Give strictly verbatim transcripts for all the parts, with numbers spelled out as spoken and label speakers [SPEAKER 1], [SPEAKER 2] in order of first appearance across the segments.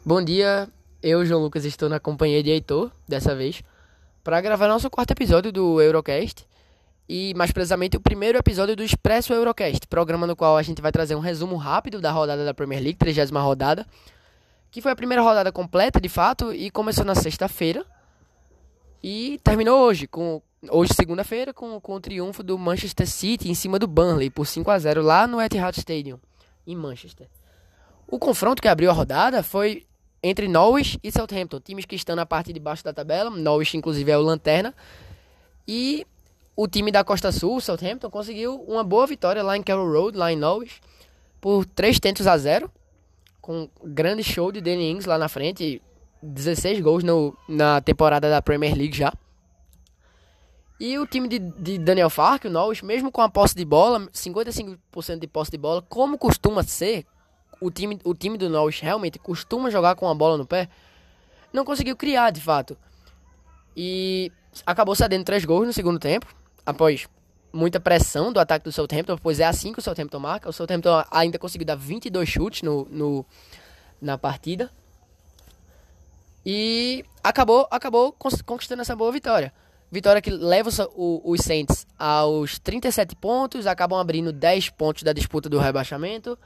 [SPEAKER 1] Bom dia, eu, João Lucas, estou na companhia de Heitor, dessa vez, para gravar nosso quarto episódio do Eurocast, e mais precisamente o primeiro episódio do Expresso Eurocast, programa no qual a gente vai trazer um resumo rápido da rodada da Premier League, trigésima rodada, que foi a primeira rodada completa, de fato, e começou na sexta-feira, e terminou hoje, com, hoje segunda-feira, com, com o triunfo do Manchester City em cima do Burnley, por cinco a zero lá no Etihad Stadium, em Manchester. O confronto que abriu a rodada foi entre Norwich e Southampton, times que estão na parte de baixo da tabela. Norwich, inclusive, é o lanterna. E o time da Costa Sul, Southampton, conseguiu uma boa vitória lá em Carroll Road, lá em Norwich, por três tentos a zero, com um grande show de Danny Ings lá na frente, dezesseis gols no, na temporada da Premier League já. E o time de, de Daniel Farke, o Norwich, mesmo com a posse de bola, cinquenta e cinco por cento de posse de bola, como costuma ser, O time, o time do Norwich realmente costuma jogar com a bola no pé, não conseguiu criar de fato. E acabou cedendo três gols no segundo tempo, após muita pressão do ataque do Southampton, pois é assim que o Southampton marca. O Southampton ainda conseguiu dar vinte e dois chutes no, no, na partida. E acabou, acabou conquistando essa boa vitória. Vitória que leva o, os Saints aos trinta e sete pontos, acabam abrindo dez pontos da disputa do rebaixamento.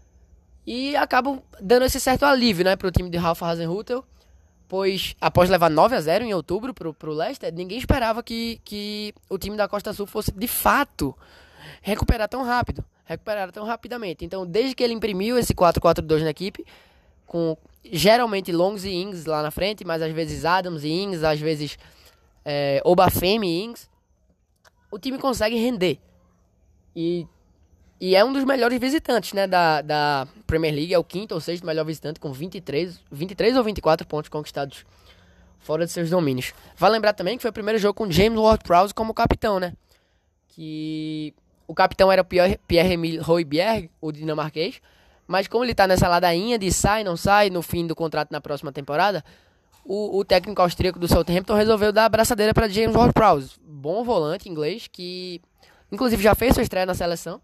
[SPEAKER 1] E acabam dando esse certo alívio, né, para o time de Ralf Hasenhüttl, pois após levar nove a zero em outubro para o Leicester, ninguém esperava que, que o time da Costa Sul fosse, de fato, recuperar tão rápido, recuperar tão rapidamente. Então, desde que ele imprimiu esse quatro quatro dois na equipe, com geralmente Longs e Ings lá na frente, mas às vezes Adams e Ings, às vezes é, Obafemi e Ings, o time consegue render. E... E é um dos melhores visitantes, né, da, da Premier League, é o quinto ou sexto melhor visitante, com vinte e três, vinte e três ou vinte e quatro pontos conquistados fora de seus domínios. Vale lembrar também que foi o primeiro jogo com James Ward-Prowse como capitão, né? Que o capitão era o Pierre-Emile Højbjerg, o dinamarquês, mas como ele tá nessa ladainha de sai, não sai, no fim do contrato na próxima temporada, o, o técnico austríaco do Southampton resolveu dar a abraçadeira para James Ward-Prowse, bom volante inglês, que inclusive já fez sua estreia na seleção.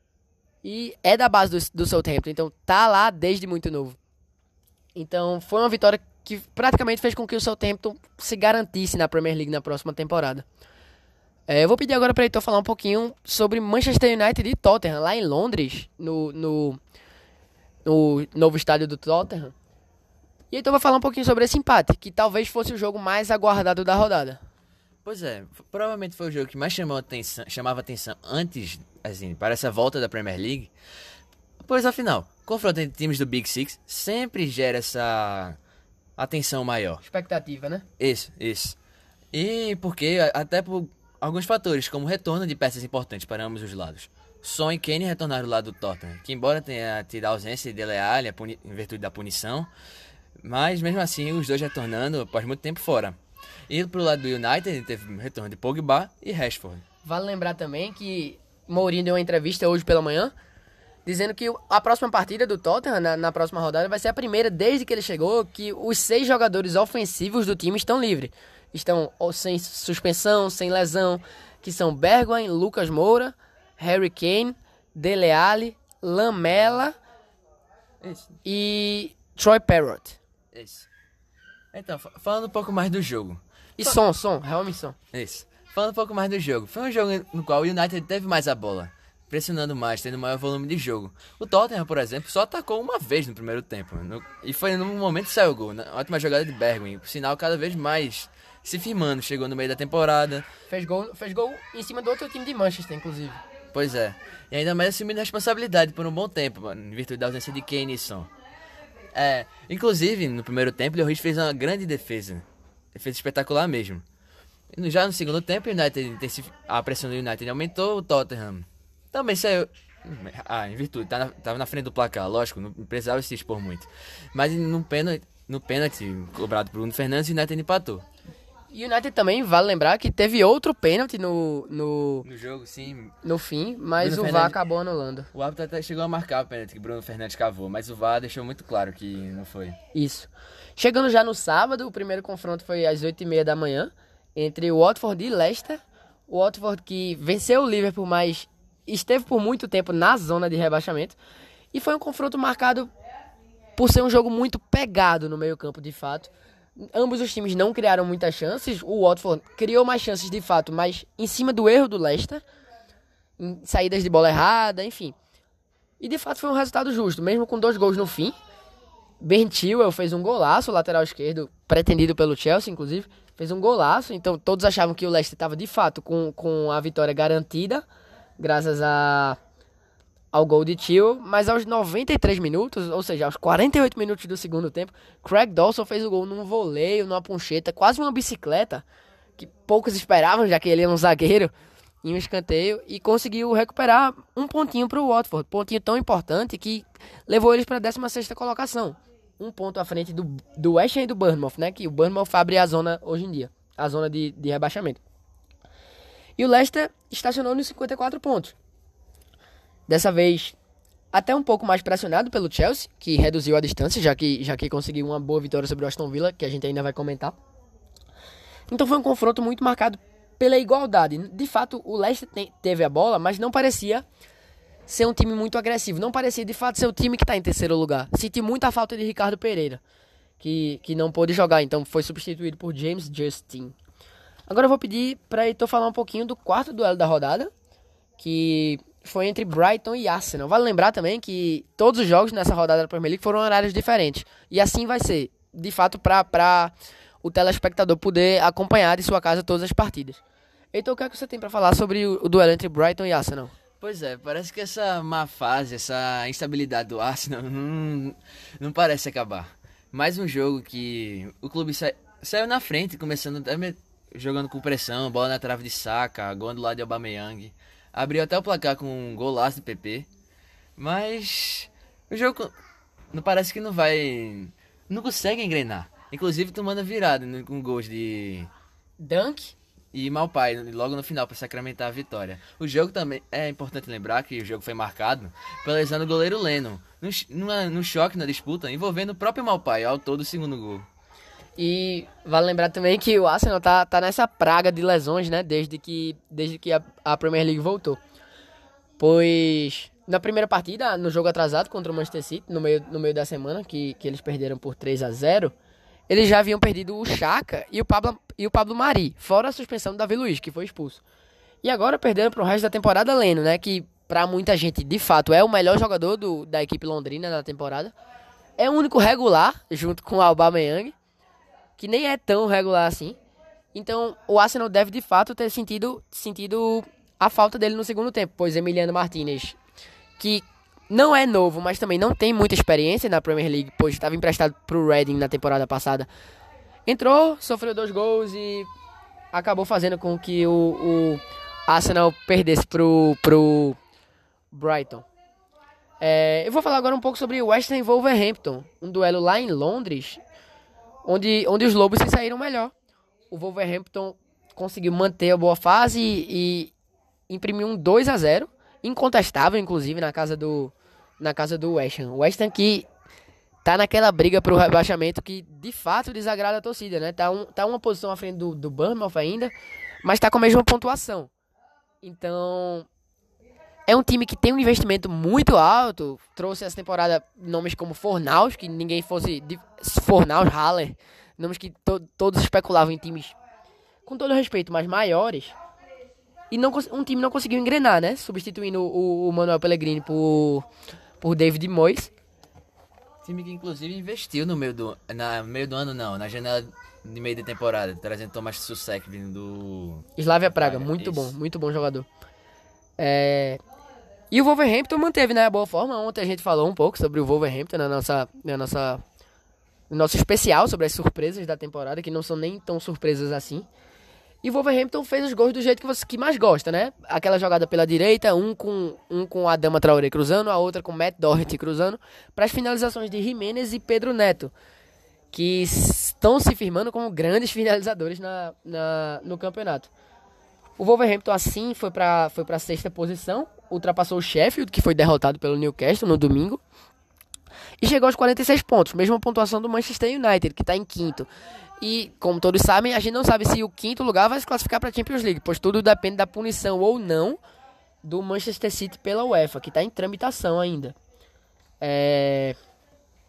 [SPEAKER 1] E é da base do, do Southampton, então tá lá desde muito novo. Então foi uma vitória que praticamente fez com que o Southampton se garantisse na Premier League na próxima temporada. É, eu vou pedir agora para o Heitor falar um pouquinho sobre Manchester United e Tottenham, lá em Londres, no, no, no novo estádio do Tottenham. E Heitor vai falar um pouquinho sobre esse empate, que talvez fosse o jogo mais aguardado da rodada.
[SPEAKER 2] Pois é, provavelmente foi o jogo que mais chamou atenção, chamava atenção antes, assim, para essa volta da Premier League. Pois afinal, confronto entre times do Big Six sempre gera essa atenção maior.
[SPEAKER 1] Expectativa, né?
[SPEAKER 2] Isso, isso. E porque, até por alguns fatores, como o retorno de peças importantes para ambos os lados. Son e Kane retornaram do lado do Tottenham, que embora tenha tido a ausência de Dele Alli em virtude da punição, mas mesmo assim os dois retornando após muito tempo fora. E pro lado do United, teve retorno de Pogba e Rashford.
[SPEAKER 1] Vale lembrar também que Mourinho deu uma entrevista hoje pela manhã, dizendo que a próxima partida do Tottenham, na, na próxima rodada, vai ser a primeira desde que ele chegou, que os seis jogadores ofensivos do time estão livres. Estão sem suspensão, sem lesão, que são Bergwijn, Lucas Moura, Harry Kane, Dele Alli, Lamela Isso. e Troy Parrott.
[SPEAKER 2] Isso. Então, falando um pouco mais do jogo.
[SPEAKER 1] E som, som, realmente som.
[SPEAKER 2] Isso. Falando um pouco mais do jogo. Foi um jogo no qual o United teve mais a bola, pressionando mais, tendo maior volume de jogo. O Tottenham, por exemplo, só atacou uma vez no primeiro tempo. No, e foi no momento que saiu o gol. Na ótima jogada de Bergwijn. Por sinal, cada vez mais se firmando. Chegou no meio da temporada.
[SPEAKER 1] Fez gol, fez gol em cima do outro time de Manchester, inclusive.
[SPEAKER 2] Pois é. E ainda mais assumindo a responsabilidade por um bom tempo, mano, em virtude da ausência de Kane e Son. É, inclusive, no primeiro tempo, o Lloris fez uma grande defesa. Defesa espetacular mesmo. Já no segundo tempo, o United, a pressão do United aumentou, o Tottenham também saiu. Ah, em virtude, tava na, tava na frente do placar, lógico, não precisava se expor muito. Mas no pênalti, no pênalti cobrado por Bruno Fernandes, o United empatou.
[SPEAKER 1] E o United também, vale lembrar que teve outro pênalti no, no,
[SPEAKER 2] no jogo, sim.
[SPEAKER 1] No fim, mas
[SPEAKER 2] Bruno
[SPEAKER 1] o
[SPEAKER 2] Fernandes,
[SPEAKER 1] V A R acabou anulando.
[SPEAKER 2] O árbitro até chegou a marcar o pênalti que Bruno Fernandes cavou, mas o V A R deixou muito claro que não foi.
[SPEAKER 1] Isso. Chegando já no sábado, o primeiro confronto foi às oito e meia da manhã, entre o Watford e Leicester. O Watford que venceu o Liverpool, mas esteve por muito tempo na zona de rebaixamento. E foi um confronto marcado por ser um jogo muito pegado no meio campo, de fato. Ambos os times não criaram muitas chances. O Watford criou mais chances, de fato, mas em cima do erro do Leicester, em saídas de bola errada, enfim. E de fato foi um resultado justo, mesmo com dois gols no fim. Ben Chilwell fez um golaço, lateral esquerdo, pretendido pelo Chelsea, inclusive, fez um golaço. Então todos achavam que o Leicester estava de fato com, com a vitória garantida, graças a, ao gol de Chilwell. Mas aos noventa e três minutos, ou seja, aos quarenta e oito minutos do segundo tempo, Craig Dawson fez o gol num voleio, numa poncheta, quase uma bicicleta, que poucos esperavam, já que ele é um zagueiro, em um escanteio, e conseguiu recuperar um pontinho para o Watford. Pontinho tão importante que levou eles para a décima sexta colocação. Um ponto à frente do, do West Ham e do Bournemouth, né? Que o Bournemouth abre a zona hoje em dia, a zona de, de rebaixamento. E o Leicester estacionou nos cinquenta e quatro pontos. Dessa vez, até um pouco mais pressionado pelo Chelsea, que reduziu a distância, já que, já que conseguiu uma boa vitória sobre o Aston Villa, que a gente ainda vai comentar. Então foi um confronto muito marcado pela igualdade. De fato, o Leicester te- teve a bola, mas não parecia ser um time muito agressivo. Não parecia, de fato, ser o time que está em terceiro lugar. Senti muita falta de Ricardo Pereira, que, que não pôde jogar, então foi substituído por James Justin. Agora eu vou pedir para Heitor falar um pouquinho do quarto duelo da rodada, que foi entre Brighton e Arsenal. Vale lembrar também que todos os jogos nessa rodada da Premier League foram em horários diferentes. E assim vai ser, de fato, para o telespectador poder acompanhar de sua casa todas as partidas. Heitor, o que é que você tem para falar sobre o, o duelo entre Brighton e Arsenal?
[SPEAKER 2] Pois é, parece que essa má fase, essa instabilidade do Arsenal não, não parece acabar. Mais um jogo que o clube sa- saiu na frente, começando até me- jogando com pressão, bola na trave de Saka, gol do lado de Aubameyang. Abriu até o placar com um golaço do P P. Mas o jogo não parece que não vai... Não consegue engrenar. Inclusive tomando virada né, com gols de...
[SPEAKER 1] Dunk?
[SPEAKER 2] E Maupay, logo no final, para sacramentar a vitória. O jogo também, é importante lembrar que o jogo foi marcado pela lesão do goleiro Lennon, num, numa, num choque na disputa, envolvendo o próprio Maupay, autor do segundo gol.
[SPEAKER 1] E vale lembrar também que o Arsenal tá, tá nessa praga de lesões, né? Desde que, desde que a, a Premier League voltou. Pois na primeira partida, no jogo atrasado contra o Manchester City, no meio, no meio da semana, que, que eles perderam por três a zero, eles já haviam perdido o Xhaka e o Pablo, e o Pablo Mari, fora a suspensão do Davi Luiz, que foi expulso. E agora perderam pro resto da temporada Leno, né? Que pra muita gente, de fato, é o melhor jogador do, da equipe londrina na temporada. É o único regular, junto com o Aubameyang, que nem é tão regular assim. Então o Arsenal deve, de fato, ter sentido, sentido a falta dele no segundo tempo, pois Emiliano Martinez, que não é novo, mas também não tem muita experiência na Premier League, pois estava emprestado pro Reading na temporada passada, entrou, sofreu dois gols e acabou fazendo com que o, o Arsenal perdesse pro, pro Brighton. É, eu vou falar agora um pouco sobre o West Ham e Wolverhampton, um duelo lá em Londres, onde, onde os Lobos se saíram melhor. O Wolverhampton conseguiu manter a boa fase e, e imprimiu um dois a zero, incontestável, inclusive, na casa do, na casa do West Ham. O West Ham que tá naquela briga pro rebaixamento que, de fato, desagrada a torcida, né? Tá, um, tá uma posição à frente do, do Bournemouth ainda, mas tá com a mesma pontuação. Então, é um time que tem um investimento muito alto. Trouxe essa temporada nomes como Fornals, que ninguém fosse... De, Fornals, Haller, nomes que to, todos especulavam em times, com todo respeito, mas maiores. E não, um time não conseguiu engrenar, né? Substituindo o, o Manuel Pellegrini por, por David Moyes.
[SPEAKER 2] Time que inclusive investiu no meio do, na, meio do ano, não, na janela de meio de temporada, trazendo Thomas Soucek vindo do...
[SPEAKER 1] Slavia Praga,
[SPEAKER 2] Praga,
[SPEAKER 1] muito
[SPEAKER 2] isso.
[SPEAKER 1] bom, muito bom jogador. É... E o Wolverhampton manteve, né, a boa forma. Ontem a gente falou um pouco sobre o Wolverhampton na nossa, na nossa, no nosso especial sobre as surpresas da temporada, que não são nem tão surpresas assim. E o Wolverhampton fez os gols do jeito que você que mais gosta, né? Aquela jogada pela direita, um com, um com a Adama Traoré cruzando, a outra com Matt Doherty cruzando, para as finalizações de Jimenez e Pedro Neto, que estão se firmando como grandes finalizadores na, na, no campeonato. O Wolverhampton, assim, foi para foi para a sexta posição, ultrapassou o Sheffield, que foi derrotado pelo Newcastle no domingo, e chegou aos quarenta e seis pontos, mesma pontuação do Manchester United, que está em quinto. E, como todos sabem, a gente não sabe se o quinto lugar vai se classificar para a Champions League, pois tudo depende da punição ou não do Manchester City pela UEFA, que está em tramitação ainda. É...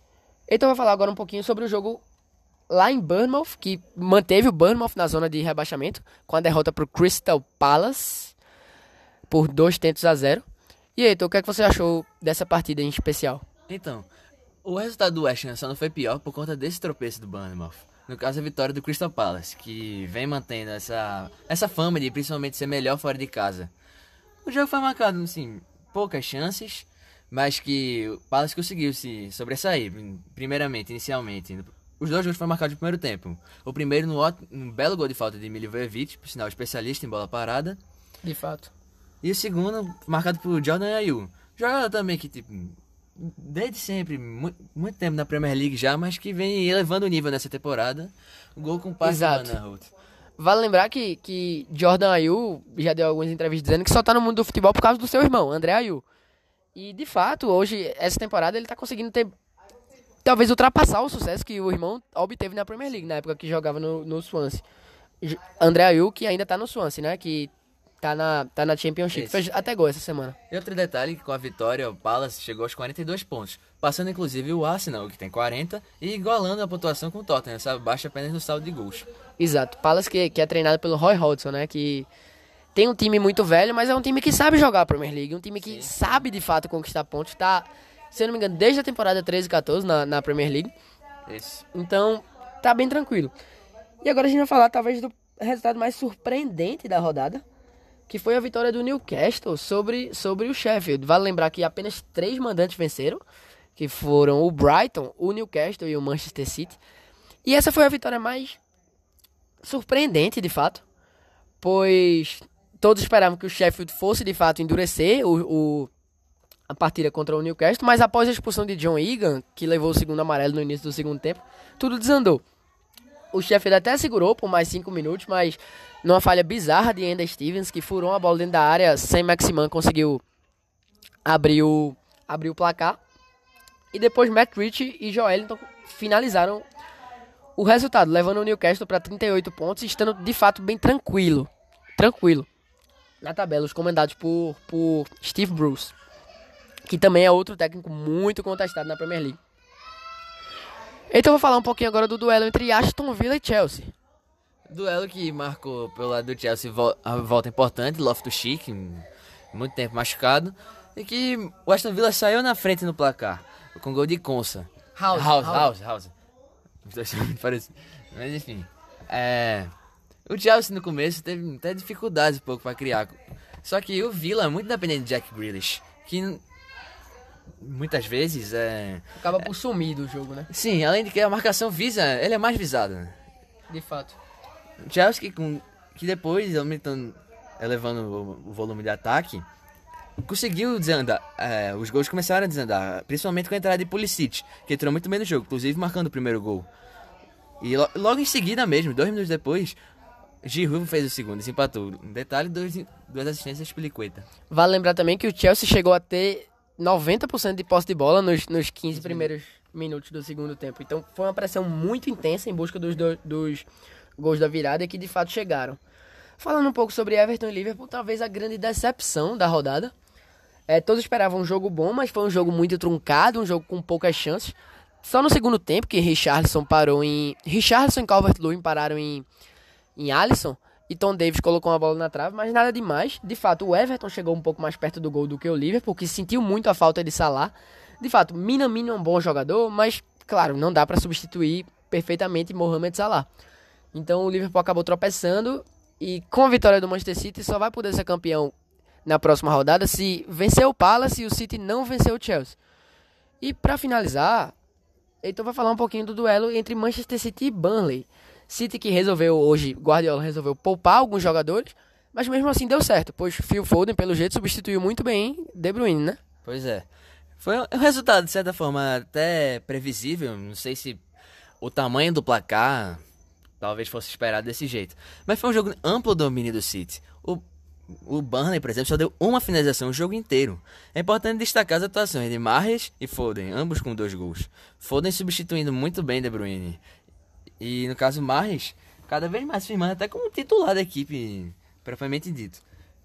[SPEAKER 1] Então eu vou falar agora um pouquinho sobre o jogo lá em Bournemouth, que manteve o Bournemouth na zona de rebaixamento, com a derrota pro Crystal Palace por dois tentos a zero. E aí, então, o que é que você achou dessa partida em especial?
[SPEAKER 2] Então, o resultado do West Ham só não foi pior por conta desse tropeço do Bournemouth. No caso, a vitória do Crystal Palace, que vem mantendo essa, essa fama de principalmente ser melhor fora de casa. O jogo foi marcado, assim, poucas chances, mas que o Palace conseguiu se sobressair, primeiramente, inicialmente. Os dois gols foram marcados no primeiro tempo. O primeiro no, no belo gol de falta de Milivojevic, por sinal especialista em bola parada.
[SPEAKER 1] De fato.
[SPEAKER 2] E o segundo marcado por Jordan Ayew. Jogador também que, tipo, desde sempre, muito, muito tempo na Premier League já, mas que vem elevando o nível nessa temporada. O gol com passe do Van Holt.
[SPEAKER 1] Vale lembrar que, que Jordan Ayew já deu algumas entrevistas dizendo que só tá no mundo do futebol por causa do seu irmão, André Ayew. E, de fato, hoje, essa temporada, ele tá conseguindo ter... talvez ultrapassar o sucesso que o irmão obteve na Premier League, na época que jogava no, no Swansea. André Ayew, que ainda tá no Swansea, né? Que tá na, tá na Championship.
[SPEAKER 2] Esse.
[SPEAKER 1] Fez até gol essa semana.
[SPEAKER 2] E outro detalhe, que com a vitória, o Palace chegou aos quarenta e dois pontos. Passando, inclusive, o Arsenal, que tem quarenta, e igualando a pontuação com o Tottenham, essa baixa apenas no saldo de gols.
[SPEAKER 1] Exato. Palace que, que é treinado pelo Roy Hodgson, né? Que tem um time muito velho, mas é um time que sabe jogar a Premier League. Um time que Sim. sabe, de fato, conquistar pontos. Tá, se eu não me engano, desde a temporada treze e quatorze na, na Premier League.
[SPEAKER 2] Isso.
[SPEAKER 1] Então, tá bem tranquilo. E agora a gente vai falar, talvez, do resultado mais surpreendente da rodada, que foi a vitória do Newcastle sobre, sobre o Sheffield. Vale lembrar que apenas três mandantes venceram, que foram o Brighton, o Newcastle e o Manchester City. E essa foi a vitória mais surpreendente, de fato, pois todos esperavam que o Sheffield fosse, de fato, endurecer o, o, a partida contra o Newcastle, mas após a expulsão de John Egan, que levou o segundo amarelo no início do segundo tempo, tudo desandou. O Sheffield até segurou por mais cinco minutos, mas numa falha bizarra de Enda Stevens, que furou a bola dentro da área, sem Maximan conseguiu abrir o, abrir o placar. E depois Matt Ritchie e Joelinton finalizaram o resultado, levando o Newcastle para trinta e oito pontos, estando de fato bem tranquilo, tranquilo na tabela, os comandados por, por Steve Bruce, que também é outro técnico muito contestado na Premier League. Então eu vou falar um pouquinho agora do duelo entre Aston Villa e Chelsea.
[SPEAKER 2] Duelo que marcou pelo lado do Chelsea a volta importante, Loftus-Cheek, muito tempo machucado, e que o Aston Villa saiu na frente no placar, com gol de Konsa.
[SPEAKER 1] House,
[SPEAKER 2] House,
[SPEAKER 1] House.
[SPEAKER 2] House, House. Os dois são muito parecidos. Mas enfim, é... o Chelsea no começo teve até dificuldades um pouco para criar. Só que o Villa é muito dependente de Jack Grealish, que muitas vezes é...
[SPEAKER 1] acaba por sumir do jogo, né?
[SPEAKER 2] Sim, além de que a marcação visa, ele é mais visado, né?
[SPEAKER 1] De fato.
[SPEAKER 2] O Chelsea que, com, que depois, aumentando, elevando o, o volume de ataque, conseguiu desandar. É, os gols começaram a desandar, principalmente com a entrada de Pulisic, que entrou muito bem no jogo, inclusive marcando o primeiro gol. E lo, logo em seguida mesmo, dois minutos depois, Giroud fez o segundo, desempatou. Um detalhe, dois, duas assistências de Piliqueta.
[SPEAKER 1] Vale lembrar também que o Chelsea chegou a ter noventa por cento de posse de bola nos, nos quinze primeiros minutos do segundo tempo. Então foi uma pressão muito intensa em busca dos, do, dos gols da virada que de fato chegaram. Falando um pouco sobre Everton e Liverpool, talvez a grande decepção da rodada. É, todos esperavam um jogo bom, mas foi um jogo muito truncado, um jogo com poucas chances. Só no segundo tempo que Richarlison parou em... Richarlison e Calvert-Lewin pararam em, em Alisson, e Tom Davies colocou uma bola na trave, mas nada demais. De fato, o Everton chegou um pouco mais perto do gol do que o Liverpool, que sentiu muito a falta de Salah. De fato, Minamino é um bom jogador, mas, claro, não dá para substituir perfeitamente Mohamed Salah. Então o Liverpool acabou tropeçando, e com a vitória do Manchester City só vai poder ser campeão na próxima rodada se vencer o Palace e o City não vencer o Chelsea. E para finalizar, então vai falar um pouquinho do duelo entre Manchester City e Burnley. City que resolveu hoje, Guardiola resolveu poupar alguns jogadores, mas mesmo assim deu certo, pois Phil Foden, pelo jeito, substituiu muito bem De Bruyne, né?
[SPEAKER 2] Pois é. Foi um resultado, de certa forma, até previsível. Não sei se o tamanho do placar talvez fosse esperado desse jeito. Mas foi um jogo amplo domínio do City. O, o Burnley, por exemplo, só deu uma finalização o jogo inteiro. É importante destacar as atuações de Mahrez e Foden, ambos com dois gols. Foden substituindo muito bem De Bruyne. E no caso Mahrez, cada vez mais firmando até como titular da equipe, propriamente dito.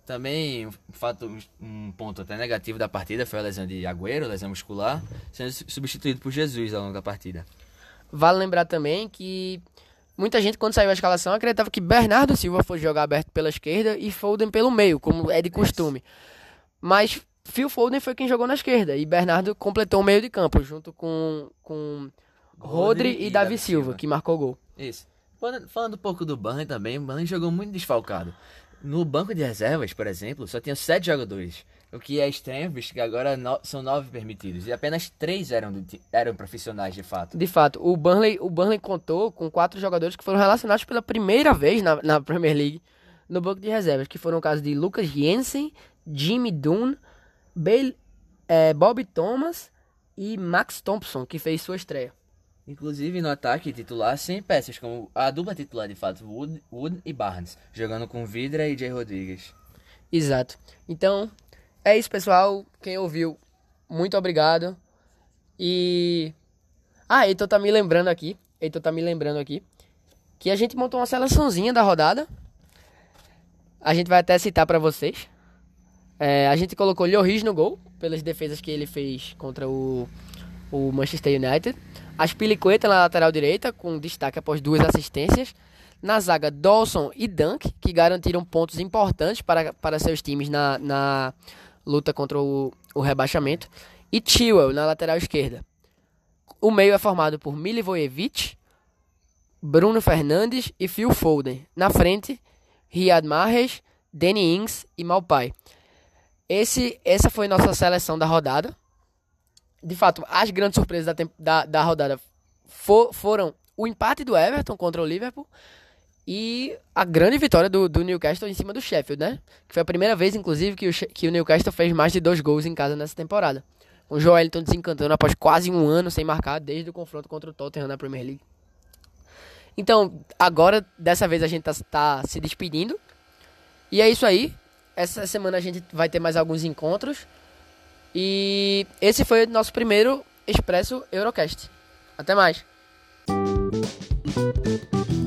[SPEAKER 2] Também um fato, um ponto até negativo da partida foi a lesão de Agüero, lesão muscular, sendo substituído por Jesus ao longo da partida.
[SPEAKER 1] Vale lembrar também que muita gente, quando saiu a escalação, acreditava que Bernardo Silva fosse jogar aberto pela esquerda e Foden pelo meio, como é de costume. Mas Phil Foden foi quem jogou na esquerda e Bernardo completou o meio de campo, junto com, com Rodri, Rodri e, e Davi, Davi Silva, Silva, que marcou gol.
[SPEAKER 2] Isso. Falando, falando um pouco do Burnley também, o Burnley jogou muito desfalcado. No banco de reservas, por exemplo, só tinha sete jogadores, o que é estranho, visto que agora no, são nove permitidos, e apenas três eram, de, eram profissionais de fato.
[SPEAKER 1] De fato, o Burnley, o Burnley contou com quatro jogadores que foram relacionados pela primeira vez na, na Premier League no banco de reservas, que foram o caso de Lucas Jensen, Jimmy Dunne, Bale, é, Bob Thomas e Max Thompson, que fez sua estreia.
[SPEAKER 2] Inclusive no ataque titular, sem peças, como a dupla titular de fato, Wood, Wood e Barnes, jogando com Vidra e Jay Rodrigues.
[SPEAKER 1] Exato. Então, é isso, pessoal. Quem ouviu, muito obrigado. E... Ah, Heitor tá me lembrando aqui, Heitor tá me lembrando aqui, que a gente montou uma seleçãozinha da rodada. A gente vai até citar pra vocês. É, a gente colocou Lloris no gol, pelas defesas que ele fez contra o, o Manchester United. Aspilicueta na lateral direita, com destaque após duas assistências. Na zaga, Dawson e Dunk, que garantiram pontos importantes para, para seus times na, na luta contra o, o rebaixamento. E Chilwell na lateral esquerda. O meio é formado por Milivojevic, Bruno Fernandes e Phil Foden. Na frente, Riyad Mahrez, Danny Ings e Maupay. Esse, essa foi nossa seleção da rodada. De fato, as grandes surpresas da, da, da rodada for, foram o empate do Everton contra o Liverpool e a grande vitória do, do Newcastle em cima do Sheffield, né? Que foi a primeira vez, inclusive, que o, que o Newcastle fez mais de dois gols em casa nessa temporada. O Joelinton desencantando após quase um ano sem marcar desde o confronto contra o Tottenham na Premier League. Então, agora, dessa vez, a gente tá, tá se despedindo. E é isso aí. Essa semana a gente vai ter mais alguns encontros. E esse foi o nosso primeiro Expresso Eurocast. Até mais!